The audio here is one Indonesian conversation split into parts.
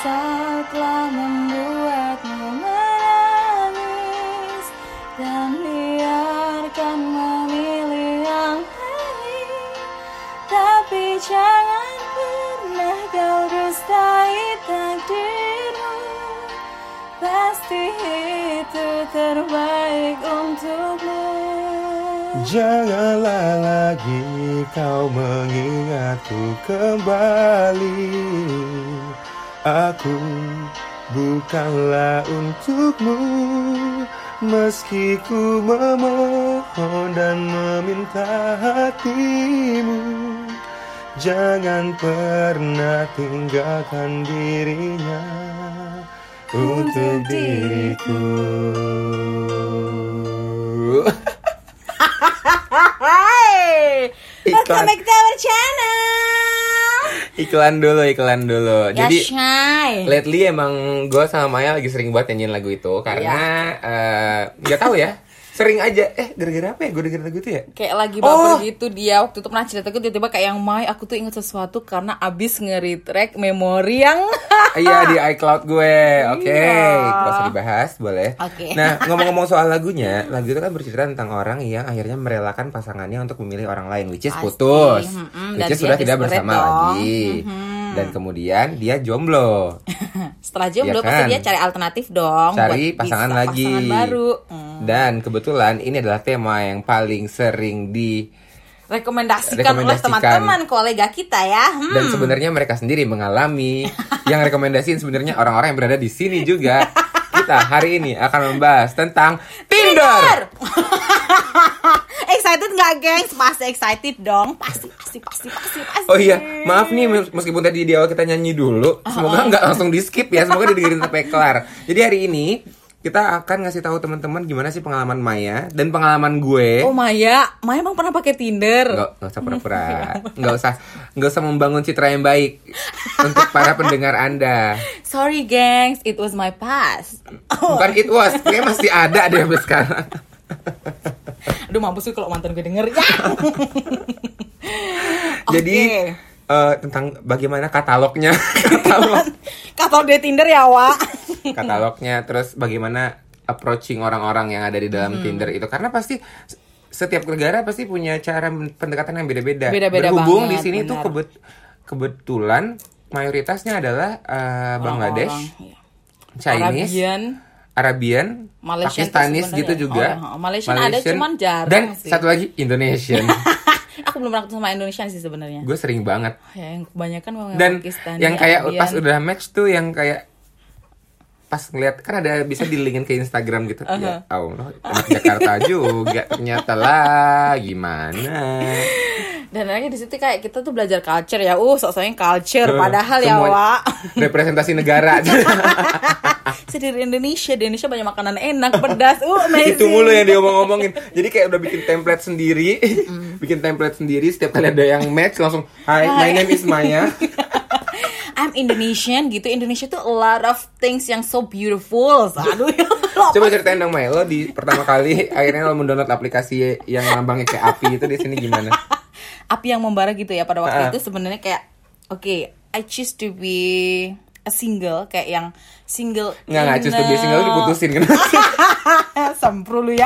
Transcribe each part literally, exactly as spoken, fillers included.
rasa telah membuatmu menangis dan biarkan memilih yang lain. Tapi jangan pernah kau dustai takdirmu. Pasti itu terbaik untukmu. Janganlah lagi kau mengingatku kembali. Aku bukanlah untukmu. Meski ku memohon dan meminta hatimu, jangan pernah tinggalkan dirinya untuk diriku. Welcome back to our channel. Iklan dulu, iklan dulu. Ya, Jadi, Shay. lately emang gue sama Maya lagi sering buat nyanyiin lagu itu karena nggak tahu ya, sering aja. Eh, gara-gara apa ya gue denger lagu itu ya? Kayak lagi baper Oh. gitu dia waktu itu pernah cerita gue tiba-tiba kayak yang Mai, aku tuh inget sesuatu karena abis nge-retrack memori yang Iya, di iCloud gue. Oke, Iya. gak usah dibahas, boleh. Oke. Nah, ngomong-ngomong soal lagunya, lagu itu kan bercerita tentang orang yang akhirnya merelakan pasangannya untuk memilih orang lain, which is Pasti. putus, Mm-mm, which dan is dia sudah tidak desperate bersama dong. lagi, Mhm. dan kemudian dia jomblo, setelah jomblo Iya pasti kan? dia cari alternatif dong, cari buat pasangan bisa lagi, pasangan baru. Hmm. dan kebetulan ini adalah tema yang paling sering di Rekomendasikan oleh Rekomendasikan. teman-teman kolega kita ya. Hmm. dan sebenarnya mereka sendiri mengalami. Yang rekomendasiin sebenarnya orang-orang yang berada di sini juga. Kita hari ini akan membahas tentang Tinder. Excited nggak, gengs? Pasti excited dong. Pasti, pasti, pasti, pasti, pasti. Oh iya, maaf nih meskipun tadi di awal kita nyanyi dulu, semoga nggak langsung di skip ya, semoga didengerin sampai kelar. Jadi hari ini kita akan ngasih tahu teman-teman gimana sih pengalaman Maya dan pengalaman gue. Oh Maya, Maya emang pernah pakai Tinder? Nggak, nggak usah pura-pura, nggak usah, nggak usah membangun citra yang baik untuk para pendengar Anda. Sorry gengs, it was my past. Bukan it was, kayaknya masih ada deh sampai sekarang. Aduh mampus gue kalau mantan gue denger ya. Jadi eh, tentang bagaimana katalognya, katalog, Katalog di Tinder ya, Wak. katalognya, terus bagaimana approaching orang-orang yang ada di dalam Tinder itu, karena pasti setiap negara pasti punya cara pendekatan yang beda-beda. Beda-beda Berhubung banget, di sini tuh benar. kebet- kebetulan mayoritasnya adalah eh, Bangladesh, Orang-orang, iya. Chinese, Arabian, Arabian, Malaysian Pakistanis tuh gitu sebenarnya. juga. Oh, ya. Malaysian ada, cuman jarang dan sih. satu lagi Indonesian. Aku belum pernah ketemu sama Indonesia sih sebenarnya. Gue sering banget. Ya, yang kebanyakan memang Dan Pakistani, yang kayak Arabian. pas udah match tuh yang kayak pas ngeliat kan ada bisa dilingin ke Instagram gitu. Ya Allah, anak Jakarta juga ternyata lah, gimana? Dan lagi di situ kayak kita tuh belajar culture ya. Uh, sok-soknya culture Eh, padahal ya, semua Wak. representasi negara. Saya dari Indonesia, di Indonesia banyak makanan enak, pedas. Uh, amazing. Itu mulu yang diomong-omongin. Jadi kayak udah bikin template sendiri, bikin template sendiri, setiap kali ada yang match langsung, "Hi, my name is Maya." I'm Indonesian gitu. Indonesia tuh a lot of things yang so beautiful. Aduh. Coba ceritain dong, Maya, lo di pertama kali akhirnya lo mendownload aplikasi yang lambangnya kayak api itu di sini gimana? Api yang membara gitu ya pada waktu Ah. itu sebenarnya kayak oke, okay, I choose to be a single, kayak yang single. Nggak, nggak, in just to be a- single lu diputusin kan? Sempro lu ya.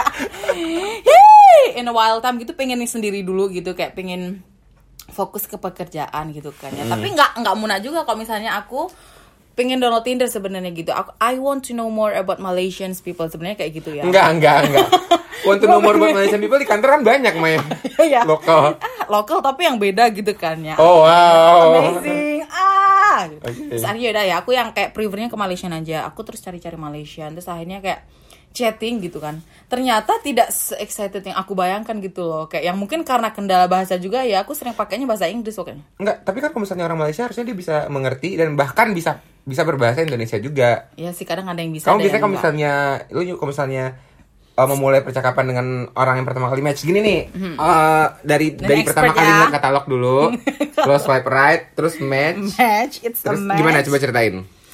Hii, in a while time gitu pengen sendiri dulu gitu, kayak pengen fokus ke pekerjaan gitu kan ya. Hmm. Tapi nggak nggak muna juga kalau misalnya aku pengen download Tinder sebenarnya gitu. Aku I want to know more about Malaysian people sebenarnya kayak gitu ya. Enggak, enggak, enggak. Want to know more about Malaysian people di kantor kan banyak, Maya. Ya. Lokal. Ah, lokal tapi yang beda gitu kan ya. Oh, wow. Amazing. Ah. Oke. Terus akhirnya udah ya, aku yang kayak prefernya ke Malaysian aja. Aku terus cari-cari Malaysian. Terus akhirnya kayak chatting gitu kan. Ternyata tidak se-excited yang aku bayangkan gitu loh. Kayak yang mungkin karena kendala bahasa juga ya, aku sering pakainya bahasa Inggris pokoknya. Enggak, tapi kan kalau misalnya orang Malaysia harusnya dia bisa mengerti dan bahkan bisa bisa berbahasa Indonesia juga. Ya sih kadang ada yang bisa. Kamu ada bisa yang kalau enggak. misalnya lu kalau misalnya uh, memulai percakapan dengan orang yang pertama kali match gini nih. Uh, dari Dan dari expert pertama kali ya. lihat katalog dulu, terus swipe right, terus match. Match, it's a Terus match. gimana coba ceritain?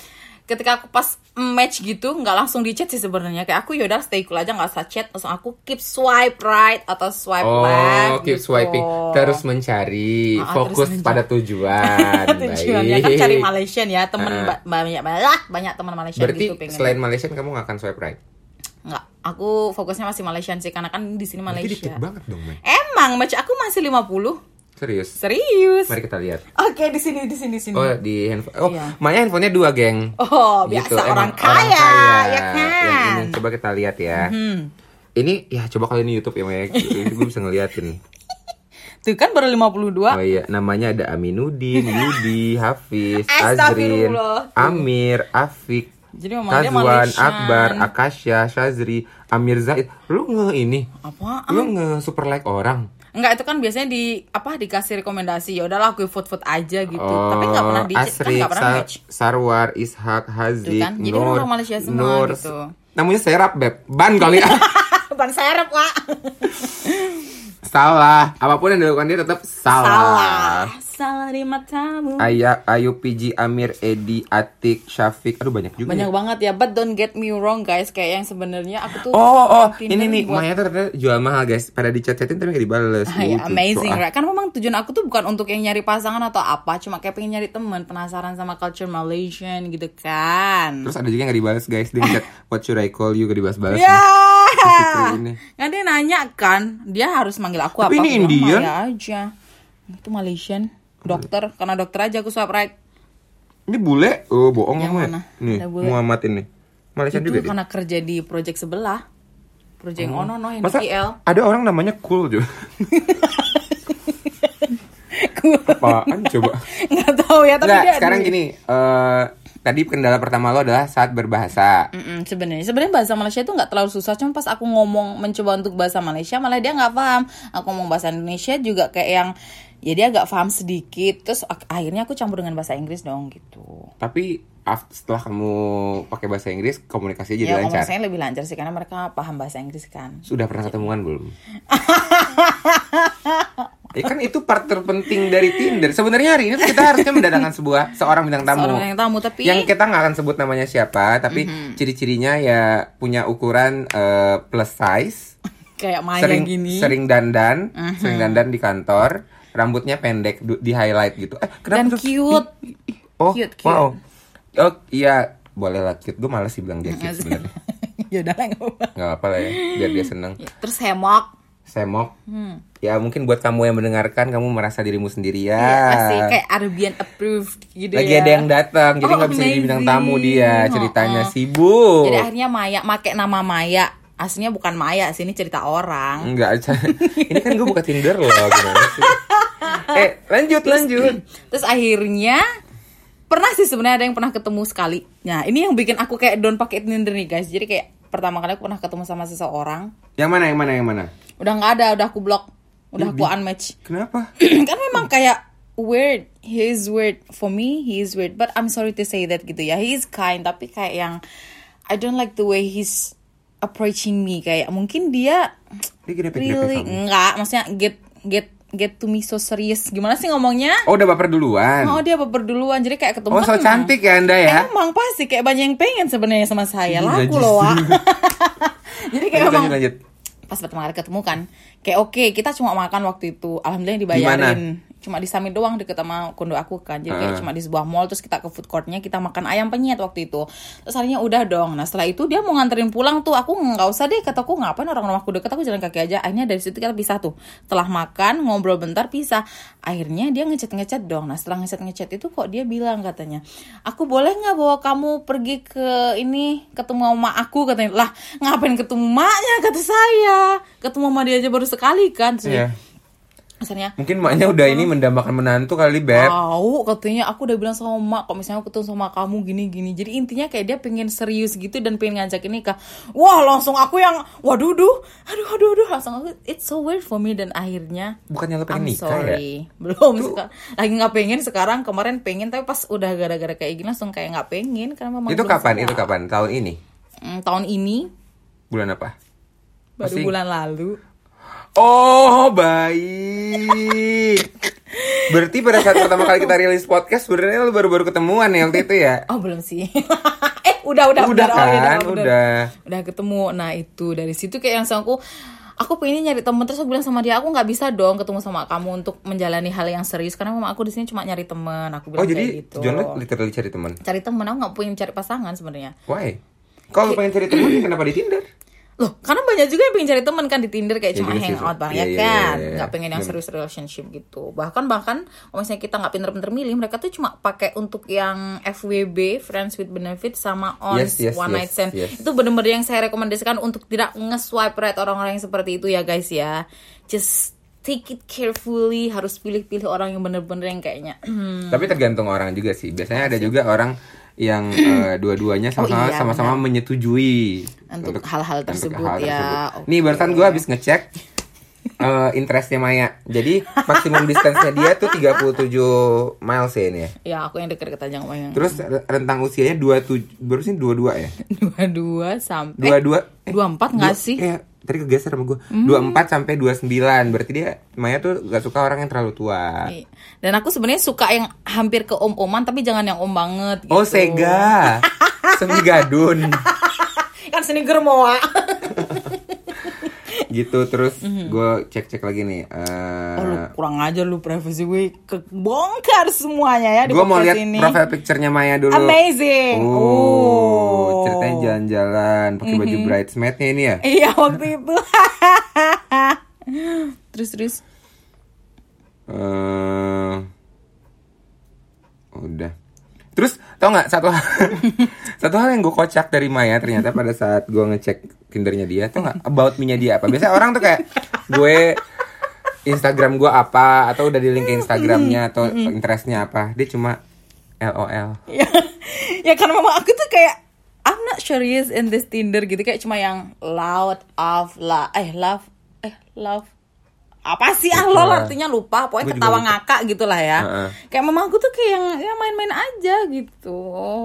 ketika aku pas match gitu nggak langsung di chat sih sebenarnya, kayak aku yaudah stay cool aja nggak usah chat, langsung aku keep swipe right atau swipe Oh, left keep gitu. swiping, terus mencari, Ah, fokus terus pada tujuan. tujuannya kan Baik. cari Malaysian ya, temen Ah. ba- banyak banyak banyak teman Malaysia Berarti gitu pengen. selain Malaysian kamu nggak akan swipe right? Nggak, aku fokusnya masih Malaysian sih karena kan di sini Berarti dikit Malaysia. banget dong, Mai. Emang match aku masih lima puluh. Serius? Serius. Mari kita lihat. Oke, di sini di sini di sini. Oh, di handphone. Oh, Iya. Maya handphonenya dua, geng. Oh, biasa Gitu, emang orang kaya, ya kan? Yang ini coba kita lihat ya. Hmm. Ini ya coba kalau ini YouTube ya, Maya. Gue bisa ngeliatin nih. Tuh kan baru lima puluh dua. Oh iya, namanya ada Aminuddin, Yudi, Hafiz, Azrin, Astagfirullah. Amir, Afik, Jadi memang dia Kazwan, Malaysian. Akbar, Akasha, Shazri, Amir Zaid. Lu nge ini? Apaan? Lu nge super like orang? Enggak, itu kan biasanya di apa dikasih rekomendasi. Ya udahlah aku vote-vote aja gitu. Oh, Tapi enggak pernah di kan Asrik, enggak pernah Sa- match. Sarwar, Ishak, Hazik, Tuh kan, jadi Nur, orang Malaysia semua Nur. gitu. Namanya Serap, Beb. Ban kali ya. Ban serep, Wak. Salah. Apapun yang dilakukan dia tetap salah. Salah. Salah di matamu. Aya, Ayu, P G, Amir, Edi, Atik, Syafiq. Aduh banyak juga. Banyak ya. banget ya, but don't get me wrong guys, kayak yang sebenarnya aku tuh Oh, oh, Tinder ini nih, buat- Maya tuh ternyata jual mahal guys. Pada dichat-chatin tapi gak dibales. Ah, ya, Lucu, amazing, coy. right? Kan memang tujuan aku tuh bukan untuk yang nyari pasangan atau apa, cuma kayak pengen nyari teman, penasaran sama culture Malaysian gitu kan. Terus ada juga yang gak dibales guys. Dia ngechat, what should I call you? Gak dibales-bales. Ya, Fitri ini. kan dia nanya kan, dia harus manggil aku Tapi apa? ini Aku bilang, Indian. Maya aja. Itu Malaysian, dokter, karena dokter aja aku swipe right. Ini bule? Oh, bohong Yang kamu ya? mana? Nih, Ada bule. Muhammad ini. Malaysia Itu juga dia. karena kerja di project sebelah, project yang ono no yang Masa di K L. ada orang namanya cool juga? Apaan coba? Nggak tahu ya, tapi Nggak, dia sekarang di- gini. eh tadi kendala pertama lo adalah saat berbahasa. Mm-mm, sebenarnya sebenarnya bahasa Malaysia itu nggak terlalu susah, cuma pas aku ngomong mencoba untuk bahasa Malaysia malah dia nggak paham. Aku ngomong bahasa Indonesia juga kayak yang ya dia agak paham sedikit, terus ak- akhirnya aku campur dengan bahasa Inggris dong gitu. Tapi af- setelah kamu pakai bahasa Inggris, komunikasi jadi Ya lancar. komunikasinya lebih lancar sih karena mereka paham bahasa Inggris kan. Sudah pernah ketemuan belum? Ya kan itu part terpenting dari Tinder. Sebenarnya hari ini tuh kita harusnya mendatangkan sebuah seorang bintang tamu. Seorang yang tamu tapi Yang kita nggak akan sebut namanya siapa, tapi Mhm. ciri-cirinya ya punya ukuran eh, plus size, kayak Maya sering gini. sering dandan, Mhm. sering dandan di kantor, rambutnya pendek du- di highlight gitu. Eh, Dan tuh- cute. Ih, ih, Oh, Cute, cute. wow. Oh iya, boleh lah cute. Gue malas sih bilang dia cute sebenarnya. Ya udah lah, nggak apa-apa. Nggak apa lah ya, biar dia seneng. Ya, terus hemok. Semok. Hmm. Ya mungkin buat kamu yang mendengarkan, kamu merasa dirimu sendiri ya. Iya, masih kayak Arabian approved gitu Lagi ya. ada yang datang, jadi Oh, nggak bisa jadi bintang tamu amazing. dia. Ceritanya Oh, oh. sibuk. Jadi akhirnya Maya make nama Maya. Aslinya bukan Maya, sih ini cerita orang. Enggak, ini kan gue buka Tinder loh. Gimana sih? Eh, lanjut, lanjut. Terus akhirnya pernah sih sebenarnya ada yang pernah ketemu sekali. Nah, ini yang bikin aku kayak down pakai Tinder nih, guys. Jadi kayak pertama kali aku pernah ketemu sama seseorang, Yang mana, yang mana, yang mana? udah nggak ada, udah aku blok, udah aku unmatch. Kenapa? Kan memang kayak weird, he is weird for me, he is weird, but I'm sorry to say that gitu ya. He is kind, tapi kayak yang I don't like the way he's approaching me, kayak mungkin dia Dia grepe-grepe really kamu. enggak, maksudnya get get get to me so serious. Gimana sih ngomongnya? Oh, udah baper duluan. Oh, dia baper duluan, jadi kayak ketemu Oh, so emang- cantik ya Anda ya. Emang pasti kayak banyak yang pengen sebenarnya sama saya. Ih, Laku najis. loh, Wak. Jadi kayak Lanjut, emang lanjut, lanjut. pas pertama kali ketemu kan, kayak oke kita cuma makan waktu itu, alhamdulillah dibayarin. Cuma di Summit doang deket sama kondo aku kan. Jadi kayak Uh. cuma di sebuah mall, terus kita ke food courtnya, kita makan ayam penyet waktu itu. Terus akhirnya udah dong. Nah setelah itu dia mau nganterin pulang tuh, aku nggak usah deh, kataku ngapain orang rumahku deket, aku jalan kaki aja. Akhirnya dari situ kita pisah tuh. Setelah makan ngobrol bentar pisah. Akhirnya dia ngechat ngechat dong. Nah setelah ngechat ngechat itu kok dia bilang katanya, aku boleh nggak bawa kamu pergi ke ini ketemu sama aku, katanya. Lah ngapain ketemu maknya, kata saya. Ketemu sama dia aja baru sekali kan. Terus Iya. misalnya Mungkin maknya udah ini mendambakan menantu kali, Beb. tahu katanya aku udah bilang sama mak kok misalnya aku ketemu sama kamu gini-gini. Jadi intinya kayak dia pengen serius gitu dan pengen ngajak nikah. Wah langsung aku yang waduh duh, aduh aduh aduh langsung aku it's so weird for me. Dan akhirnya Bukannya lo pengen I'm nikah ya? sorry belum suka. Lagi nggak pengen sekarang, kemarin pengen tapi pas udah gara-gara kayak gini langsung kayak nggak pengen karena memang Itu belum kapan? siap. Itu kapan? Tahun ini? Hmm, tahun ini Bulan apa? baru Masih- bulan lalu. Oh, baik. Berarti pada saat pertama kali kita rilis podcast sebenarnya lu baru-baru ketemuan ya waktu itu ya? Oh, belum sih. eh, udah udah Udah udah, kan, oh, ya, udah, udah. Udah ketemu. Nah, itu dari situ kayak yang sama aku aku pengen nyari temen, terus aku bilang sama dia, aku nggak bisa dong ketemu sama kamu untuk menjalani hal yang serius karena memang aku di sini cuma nyari temen. Aku bilang Oh, jadi kayak gitu. tujuan lu literally cari teman. Cari temen, aku nggak pengen cari pasangan sebenarnya. Why? Kalau pengen cari teman kenapa di Tinder? Loh, karena banyak juga yang pengen cari temen kan di Tinder kayak Ya, cuma juga sih, hangout so. banget Iya, iya, kan, iya, iya. nggak pengen yang Bener. serius relationship gitu. Bahkan bahkan kalau misalnya kita nggak pinter-pinter milih, mereka tuh cuma pakai untuk yang F W B, friends with benefit, sama on Yes, yes, one yes, night stand. yes. Itu bener-bener yang saya rekomendasikan untuk tidak nge-swipe right orang-orang yang seperti itu ya guys ya. Just take it carefully, harus pilih-pilih orang yang bener-bener yang kayaknya. Tapi tergantung orang juga sih. Biasanya ada juga orang yang eh, dua-duanya sama-sama iya, sama-sama benar. menyetujui Untuk hal-hal untuk tersebut hal ya. tersebut. Oke. Nih barusan gue habis ngecek eh, interestnya Maya. Jadi maksimum distance-nya dia tuh tiga puluh tujuh miles ya ini ya. Ya, aku yang deket-deket aja sama yang Terus rentang usianya dua puluh tujuh, baru sih dua puluh dua ya? dua-dua sampai dua puluh dua eh, dua puluh empat nggak dua- sih? Eh, tadi kegeser sama gue. dua puluh empat sampai dua puluh sembilan. Berarti dia Maya tuh gak suka orang yang terlalu tua. Iya. Dan aku sebenarnya suka yang hampir ke om-oman tapi jangan yang om banget gitu. Oh, Sega. Semi gadun. Kan seni germoa. Gitu terus gue cek-cek lagi nih. eh, Oh, lu kurang aja lu, privacy gue kebongkar semuanya ya di gue mau podcast lihat ini. profile picture-nya Maya dulu. Amazing. Oh, Oh. ceritanya jalan-jalan pakai baju bridesmaid-nya ini ya. Iya, waktu itu. terus terus. Eh, udah. Terus tau nggak satu hal, satu hal yang gue kocak dari Maya ternyata pada saat gue ngecek Tindernya dia, tau nggak about me-nya dia apa? Biasanya orang tuh kayak gue Instagram gue apa atau udah di link ke Instagramnya atau interestnya apa, dia cuma L O L. ya, ya karena memang aku tuh kayak I'm not serious in this Tinder gitu, kayak cuma yang loud of la eh love eh love apa sih ah Lupa. lol artinya lupa, pokoknya Gua juga ketawa lupa. ngakak gitulah ya. Uh-uh. Kayak memang aku tuh kayak yang ya main-main aja gitu.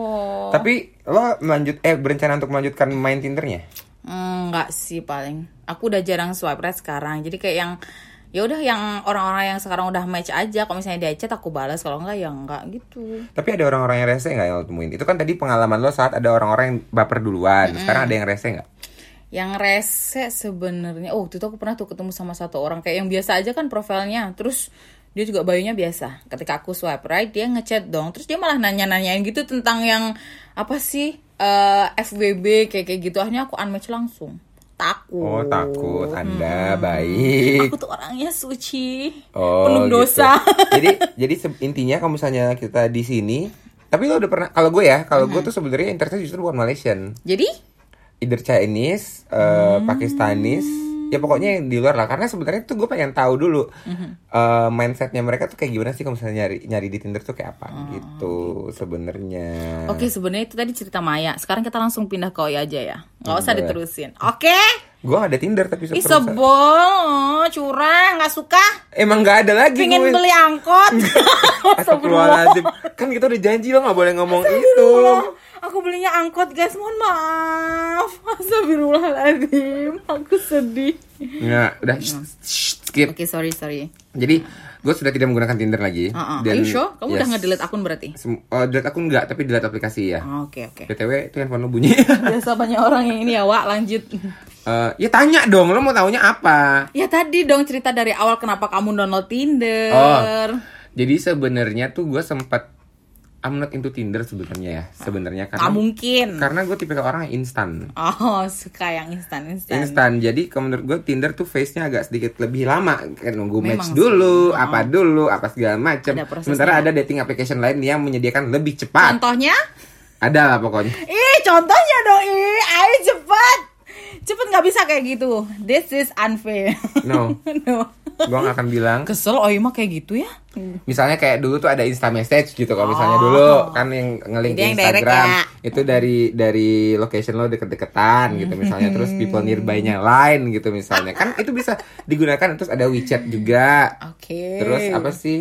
Tapi lo melanjut eh berencana untuk melanjutkan main Tindernya? Hmm, enggak sih, paling aku udah jarang swipe right sekarang. Jadi kayak yang ya udah yang orang-orang yang sekarang udah match aja. Kalau misalnya dia chat aku balas, kalau enggak ya enggak gitu. Tapi ada orang-orang yang rese nggak yang lo temuin? Itu kan tadi pengalaman lo saat ada orang-orang yang baper duluan. Sekarang ada yang rese nggak? Yang rese sebenarnya, oh waktu itu aku pernah tuh ketemu sama satu orang kayak yang biasa aja kan profilnya, terus dia juga bayunya biasa. Ketika aku swipe right dia ngechat dong, terus dia malah nanya-nanyain gitu tentang yang apa sih eh, F W B kayak kayak gitu. Akhirnya aku unmatch langsung. Takut. Oh takut, Anda baik. Aku tuh orangnya suci, Oh, penuh gitu. dosa. jadi jadi se- intinya kalau misalnya kita di sini, tapi lo udah pernah, kalau gue ya, kalau gue tuh sebenarnya interestnya justru bukan Malaysian, Jadi either Chinese, uh, Pakistanis, ya pokoknya yang di luar lah. Karena sebenarnya tuh gue pengen tahu dulu uh, mindsetnya mereka tuh kayak gimana sih kalau misalnya nyari nyari di Tinder tuh kayak apa gitu sebenarnya. oke, sebenarnya itu tadi cerita Maya. Sekarang kita langsung pindah ke Oi aja ya. Nggak usah Boleh. diterusin. Oke? Gue gak ada Tinder tapi Ih, seperti- sebel, curang, nggak suka. Emang gak ada lagi. Pengen gue. beli angkot. Astagfirullahaladzim. Kan kita udah janji lo gak boleh ngomong itu. Aku belinya angkot guys, mohon maaf. Astagfirullahaladzim, aku sedih. Ya udah shh, shh, skip. Oke, sorry sorry. Jadi gue sudah tidak menggunakan Tinder lagi. Uh-uh. Dan- Are you sure? Kamu udah yes. nge-delete akun berarti? Sem- oh, delete akun enggak, tapi delete aplikasi ya. Oh, Oke oke. B T W itu handphone lo bunyi. Biasa banyak orang yang ini ya, Wak. Lanjut. Eh, ya tanya dong, lo mau taunya apa? Ya tadi dong cerita dari awal kenapa kamu download Tinder. Oh. Jadi sebenarnya tuh gue sempat I'm not into Tinder sebenarnya ya, sebenarnya Nggak karena mungkin. karena gue tipe orang yang instan. Oh, suka yang instan-instan. Instan. Jadi kalau menurut gue Tinder tuh face-nya agak sedikit lebih lama, kayak nunggu Memang match sih. dulu, Oh. apa dulu, apa segala macam. Ada prosesnya. Sementara ada dating application lain yang menyediakan lebih cepat. Contohnya? Ada lah pokoknya. Ih, contohnya dong, ih, ayo cepet. Cepet nggak bisa kayak gitu. This is unfair. No. No. Gue gak akan bilang. Kesel, oh iya mah kayak gitu ya? Misalnya kayak dulu tuh ada Insta message gitu, kalau misalnya Oh. dulu kan yang nge-link Jadi ke yang direct Instagram ya. itu dari dari location lo deket-deketan gitu misalnya, terus people nearby-nya lain gitu misalnya, kan itu bisa digunakan. Terus ada WeChat juga. Oke. Terus apa sih?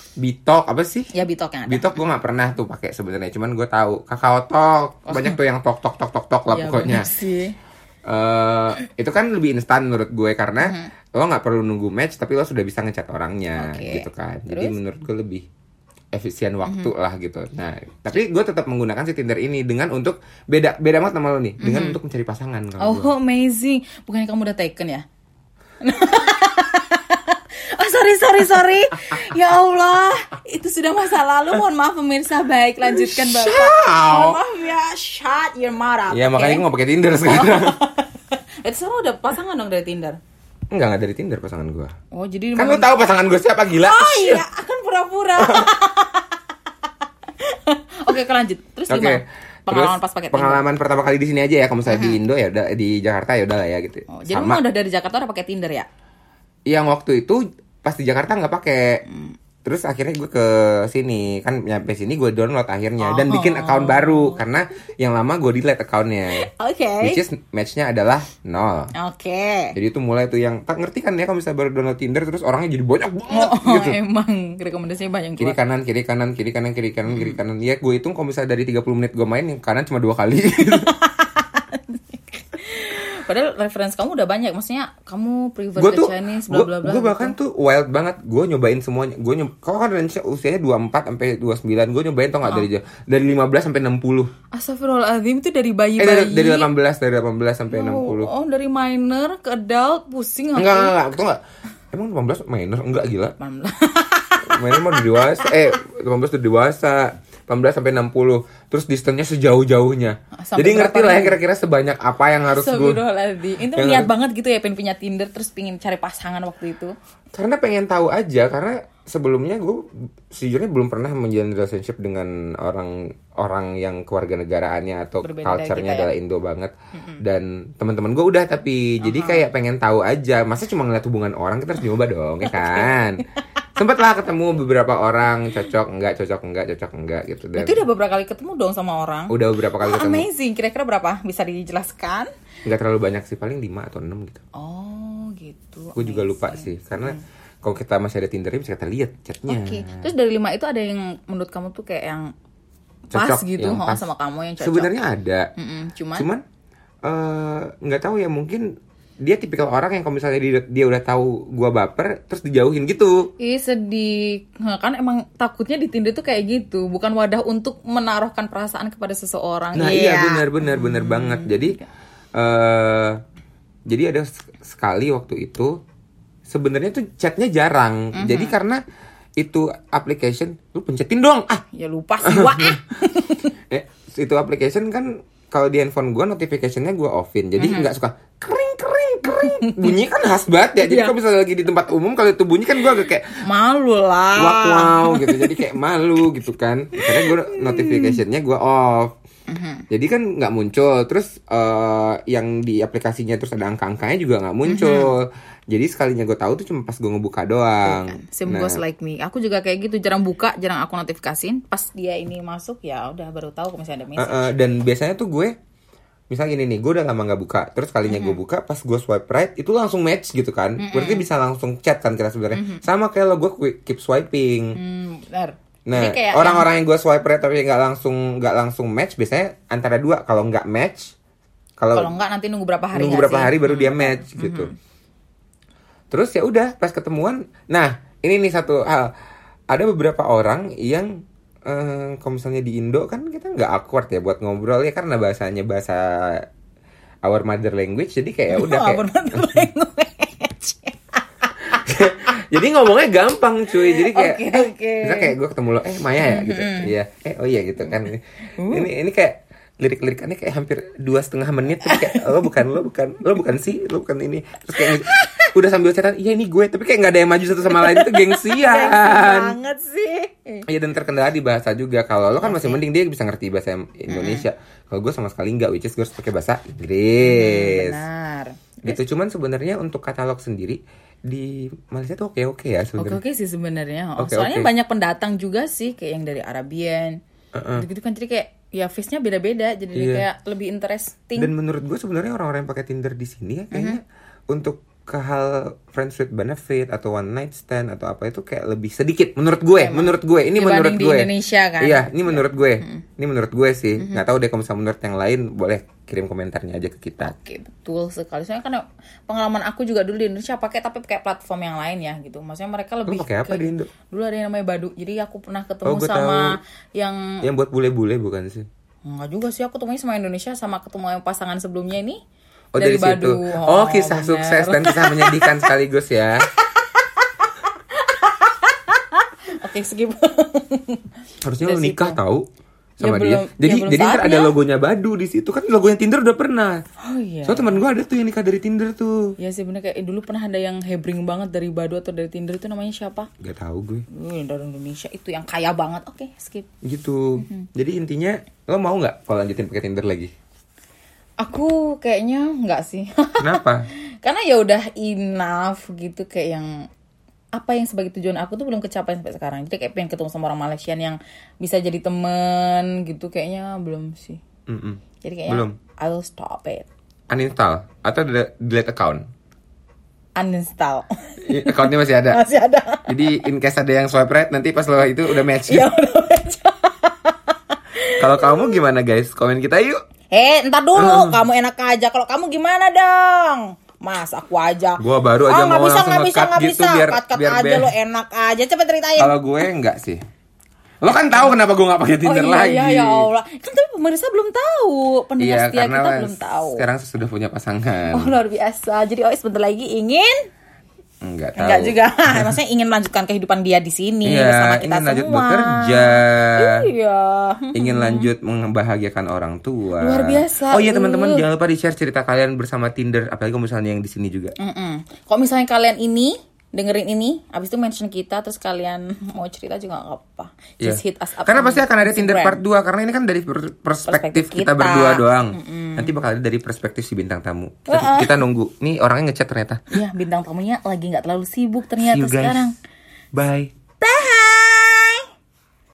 Bitok apa sih? Ya Bitok yang ada. Bitok gue nggak pernah tuh pakai sebenarnya, cuman gue tahu Kakao Talk banyak tuh yang tok tok tok tok tok lah Ya, pokoknya. bener sih. uh, itu kan lebih instan menurut gue karena mm-hmm. lo nggak perlu nunggu match tapi lo sudah bisa ngechat orangnya okay. gitu kan. Terus? Jadi menurut gue lebih efisien waktu mm-hmm. lah gitu. Nah, tapi gue tetap menggunakan si Tinder ini dengan untuk beda beda banget sama lo nih, dengan mm-hmm. untuk mencari pasangan. Oh, gue. Amazing. Bukannya kamu udah taken ya? Oh, sorry sorry sorry. Ya Allah, itu sudah masa lalu. Mohon maaf pemirsa. Baik, lanjutkan Bapak. Mohon maaf ya. Shut your mouth up. Ya, okay? Makanya gue gak pakai Tinder sekarang. Itu semua udah pasangan dong dari Tinder? Enggak, enggak dari Tinder pasangan gue. Oh, jadi kan lu tahu pasangan gue siapa, gila? Oh iya, akan pura-pura. Oke, okay, lanjut. Terus okay. Gimana? Pengalaman Terus, pas pakai pengalaman Tinder. Pertama kali di sini aja ya. Kalau misalnya uh-huh. di Indo ya udah, di Jakarta ya udah lah ya gitu. Oh, jadi lu udah dari Jakarta udah pakai Tinder ya? Yang waktu itu pas di Jakarta nggak pakai. Hmm. Terus akhirnya gue ke sini, kan nyampe sini gue download akhirnya oh. dan bikin account baru karena yang lama gue delete accountnya. Oke. Okay. Which is matchnya adalah nol. Oke. Okay. Jadi itu mulai tuh yang tak ngerti kan ya kalau misalnya baru download Tinder terus orangnya jadi banyak banget oh, gitu. Emang rekomendasinya banyak. Kiri kanan kiri kanan kiri kanan kiri kanan hmm. kiri kanan. Ya gue hitung kalau misalnya dari tiga puluh menit gue main yang kanan cuma dua kali. Padahal referensi kamu udah banyak, maksudnya kamu prefer ke Chinese, bla bla bla. Gue bahkan tuh wild banget, gue nyobain semuanya. Gue nyob, kalau kan range usianya dua puluh empat sampai dua puluh sembilan, gue nyobain tau nggak oh. dari dari lima belas sampai enam puluh. Astagfirullahaladzim, itu dari bayi-bayi. Eh dari, dari delapan belas dari delapan belas sampai oh, enam puluh. Oh, dari minor ke adult pusing aku. Enggak, enggak, enggak, betul enggak? Emang delapan belas minor enggak gila? Minor mau udah dewasa. Eh, delapan belas udah dewasa. delapan belas sampai enam puluh. Terus distance-nya sejauh-jauhnya. Sampai jadi ngerti lah ya kira-kira sebanyak apa yang harus gue. Itu niat banget gitu ya pengen punya Tinder terus pengen cari pasangan waktu itu. Karena pengen tahu aja, karena sebelumnya gue sejujurnya belum pernah menjalin relationship dengan orang orang yang kewarganegaraannya atau culture-nya ya? Adalah Indo banget. Mm-hmm. Dan teman-teman gue udah tapi uh-huh. jadi kayak pengen tahu aja. Masa cuma ngeliat hubungan orang, kita harus nyoba dong, ya kan? Sempet lah ketemu beberapa orang, cocok enggak, cocok enggak, cocok enggak gitu. Dan itu udah beberapa kali ketemu dong sama orang? Udah beberapa kali oh, ketemu. Amazing, kira-kira berapa? Bisa dijelaskan? Enggak terlalu banyak sih, paling lima atau enam gitu. Oh gitu. Gue juga lupa sih, karena hmm. kalau kita masih ada Tindernya bisa kita lihat chatnya. Oke, okay. Terus dari lima itu ada yang menurut kamu tuh kayak yang pas cocok, gitu yang pas. Sama kamu yang cocok? Sebenarnya ada, Mm-mm, cuman? Cuman nggak uh, tahu ya, mungkin dia tipikal orang yang kalau misalnya dia, dia udah tahu gua baper terus dijauhin gitu. Ih sedih. Nah, kan emang takutnya di Tinder tuh kayak gitu, bukan wadah untuk menaruhkan perasaan kepada seseorang. Nah yeah. iya benar benar benar hmm. banget. Jadi uh, jadi ada sekali waktu itu sebenarnya tuh chatnya jarang. Mm-hmm. Jadi karena itu application, lu pencetin dong. Ah ya lupa sih wah. eh, itu application kan kalau di handphone gua notificationnya gua offin. Jadi nggak mm-hmm. suka kering kering kering bunyi kan khas banget ya. Jadi kalau misalnya lagi di tempat umum kalau itu bunyi kan gue agak kayak malu lah. Wow, wow gitu. Jadi kayak malu gitu kan. Karena gue notificationnya gue off. Uh-huh. Jadi kan nggak muncul. Terus uh, yang di aplikasinya terus ada angka-angkanya juga nggak muncul. Uh-huh. Jadi sekalinya gue tahu tuh cuma pas gue ngebuka doang. Same nah. goes like me. Aku juga kayak gitu, jarang buka, jarang aku notifikasiin. Pas dia ini masuk ya udah baru tahu kalau misalnya ada message. Uh, uh, dan biasanya tuh gue misalnya gini nih, gue udah lama gak buka. Terus kalinya mm-hmm. gue buka, pas gue swipe right, itu langsung match gitu kan. Mm-hmm. Berarti bisa langsung chat kan kira sebenarnya. Mm-hmm. Sama kayak lo gue keep swiping. Mm, benar. Nah, orang-orang yang gue swipe right tapi gak langsung gak langsung match, biasanya antara dua. Kalau gak match, kalau enggak nanti nunggu berapa hari. Nunggu berapa hari baru mm-hmm. dia match mm-hmm. gitu. Terus ya udah pas ketemuan. Nah, ini nih satu hal. Ada beberapa orang yang Uh, kalau misalnya di Indo kan kita nggak awkward ya buat ngobrol ya karena bahasanya bahasa our mother language, jadi kayak udah kayak our mother language. Jadi ngomongnya gampang cuy, jadi kayak okay, eh, okay. misalnya kayak gue ketemu lo eh Maya ya gitu, iya eh oh iya gitu kan. Ini ini kayak lirik-lirikannya kayak hampir dua setengah menit tapi kayak lo bukan lo bukan lo bukan sih lo bukan ini, terus kayak udah sambil chatan iya ini gue tapi kayak nggak ada yang maju satu sama lain, itu gengsian. Gengsi banget sih. Iya, dan terkendala di bahasa juga. Kalau lo kan masih mending dia bisa ngerti bahasa Indonesia. Mm. Kalau gue sama sekali nggak, which is gue harus pakai bahasa Inggris. Benar. Gitu. Cuman sebenarnya untuk katalog sendiri di Malaysia tuh oke oke ya sebenarnya. Oke oke sih sebenarnya. Oh, okay, soalnya okay. banyak pendatang juga sih kayak yang dari Arabian. Uh-uh. Gitu-gitu kan, jadi kayak ya face-nya beda-beda, jadi yeah. kayak lebih interesting. Dan menurut gue sebenarnya orang-orang yang pakai Tinder di sini ya kayaknya uh-huh. untuk ke hal friends with benefit atau one night stand atau apa itu kayak lebih sedikit menurut gue. Emang. Menurut gue ini menurut di gue. Indonesia kan. Iya, ini menurut gue. Hmm. Ini menurut gue sih. Mm-hmm. Nggak tahu deh kalau misalnya menurut yang lain boleh kirim komentarnya aja ke kita. Oke, betul sekali. Soalnya kan pengalaman aku juga dulu di Indonesia pakai tapi pakai platform yang lain ya gitu. Maksudnya mereka lebih pakai apa ke, di Indo? Dulu ada yang namanya Badu. Jadi aku pernah ketemu oh, sama tahu. yang yang buat bule-bule bukan sih? Enggak juga sih, aku temunya sama Indonesia sama ketemu yang pasangan sebelumnya ini. Oh dari, dari situ. Badu. Oh, Oh, kisah bener. sukses dan kisah menyedihkan sekaligus ya. Oke, skip. Harusnya Dari lu nikah situ. tahu sama Ya, dia. belum- Jadi ya, belum jadi ntar saatnya. ada logonya Badu di situ kan, logonya Tinder udah pernah. Oh iya. So teman gue ada tuh yang nikah dari Tinder tuh. Ya sih bener, kayak eh, dulu pernah ada yang hebring banget dari Badu atau dari Tinder, itu namanya siapa? Gak tahu gue. Uh, yang dari Indonesia itu yang kaya banget. Oke, skip. Gitu. Mm-hmm. Jadi intinya lo mau nggak kalau lanjutin pakai Tinder lagi? Aku kayaknya enggak sih. Kenapa? Karena ya udah enough gitu, kayak yang apa yang sebagai tujuan aku tuh belum kecapai sampai sekarang. Jadi kayak pengen ketemu sama orang Malaysian yang bisa jadi temen gitu, kayaknya belum sih. Mm-mm. Jadi kayaknya Belum. I will stop it. Uninstall atau de- delete account? Uninstall. I- Accountnya masih ada. Masih ada. Jadi in case ada yang swipe right nanti pas lo itu udah match. Ya udah baca. Kalau kamu gimana guys? Komen kita yuk. Eh, ntar dulu, Uh. kamu enak aja. Kalau kamu gimana dong? Mas, aku aja. Gua baru aja oh, mau nggak bisa, langsung nggak bisa, nge-cut nggak gitu bisa. biar- Cut-cut biar aja be- lo, enak aja. Coba ceritain. Kalau gue enggak sih. Lo kan tahu kenapa gue nggak pakai Tinder oh, iya, lagi. iya, ya Allah. Kan tapi pemirsa belum tahu. Pendengar Iya, setia karena kita belum tahu. sekarang sudah punya pasangan. Oh, luar biasa. Jadi oh sebentar lagi ingin Enggak tahu. enggak juga. Maksudnya ingin melanjutkan kehidupan dia di sini Iya, bersama kita ingin semua. lanjut bekerja. Iya. Ingin lanjut membahagiakan orang tua. Luar biasa. Oh iya teman-teman, Uh. jangan lupa di-share cerita kalian bersama Tinder, apalagi kalau misalnya yang di sini juga. Mm-mm. Kalau misalnya kalian ini dengerin ini, abis itu mention kita, terus kalian mau cerita juga nggak apa-apa. Iya. Just hit us up. Karena on pasti akan ada Tinder Instagram. part dua, karena ini kan dari per- perspektif, Perspektif kita. kita. berdua doang. Mm-mm. Nanti bakal ada dari perspektif si bintang tamu. Kita, Uh-uh. kita nunggu. Nih orangnya ngechat ternyata. Iya, bintang tamunya lagi nggak terlalu sibuk See ternyata you guys. sekarang. Bye.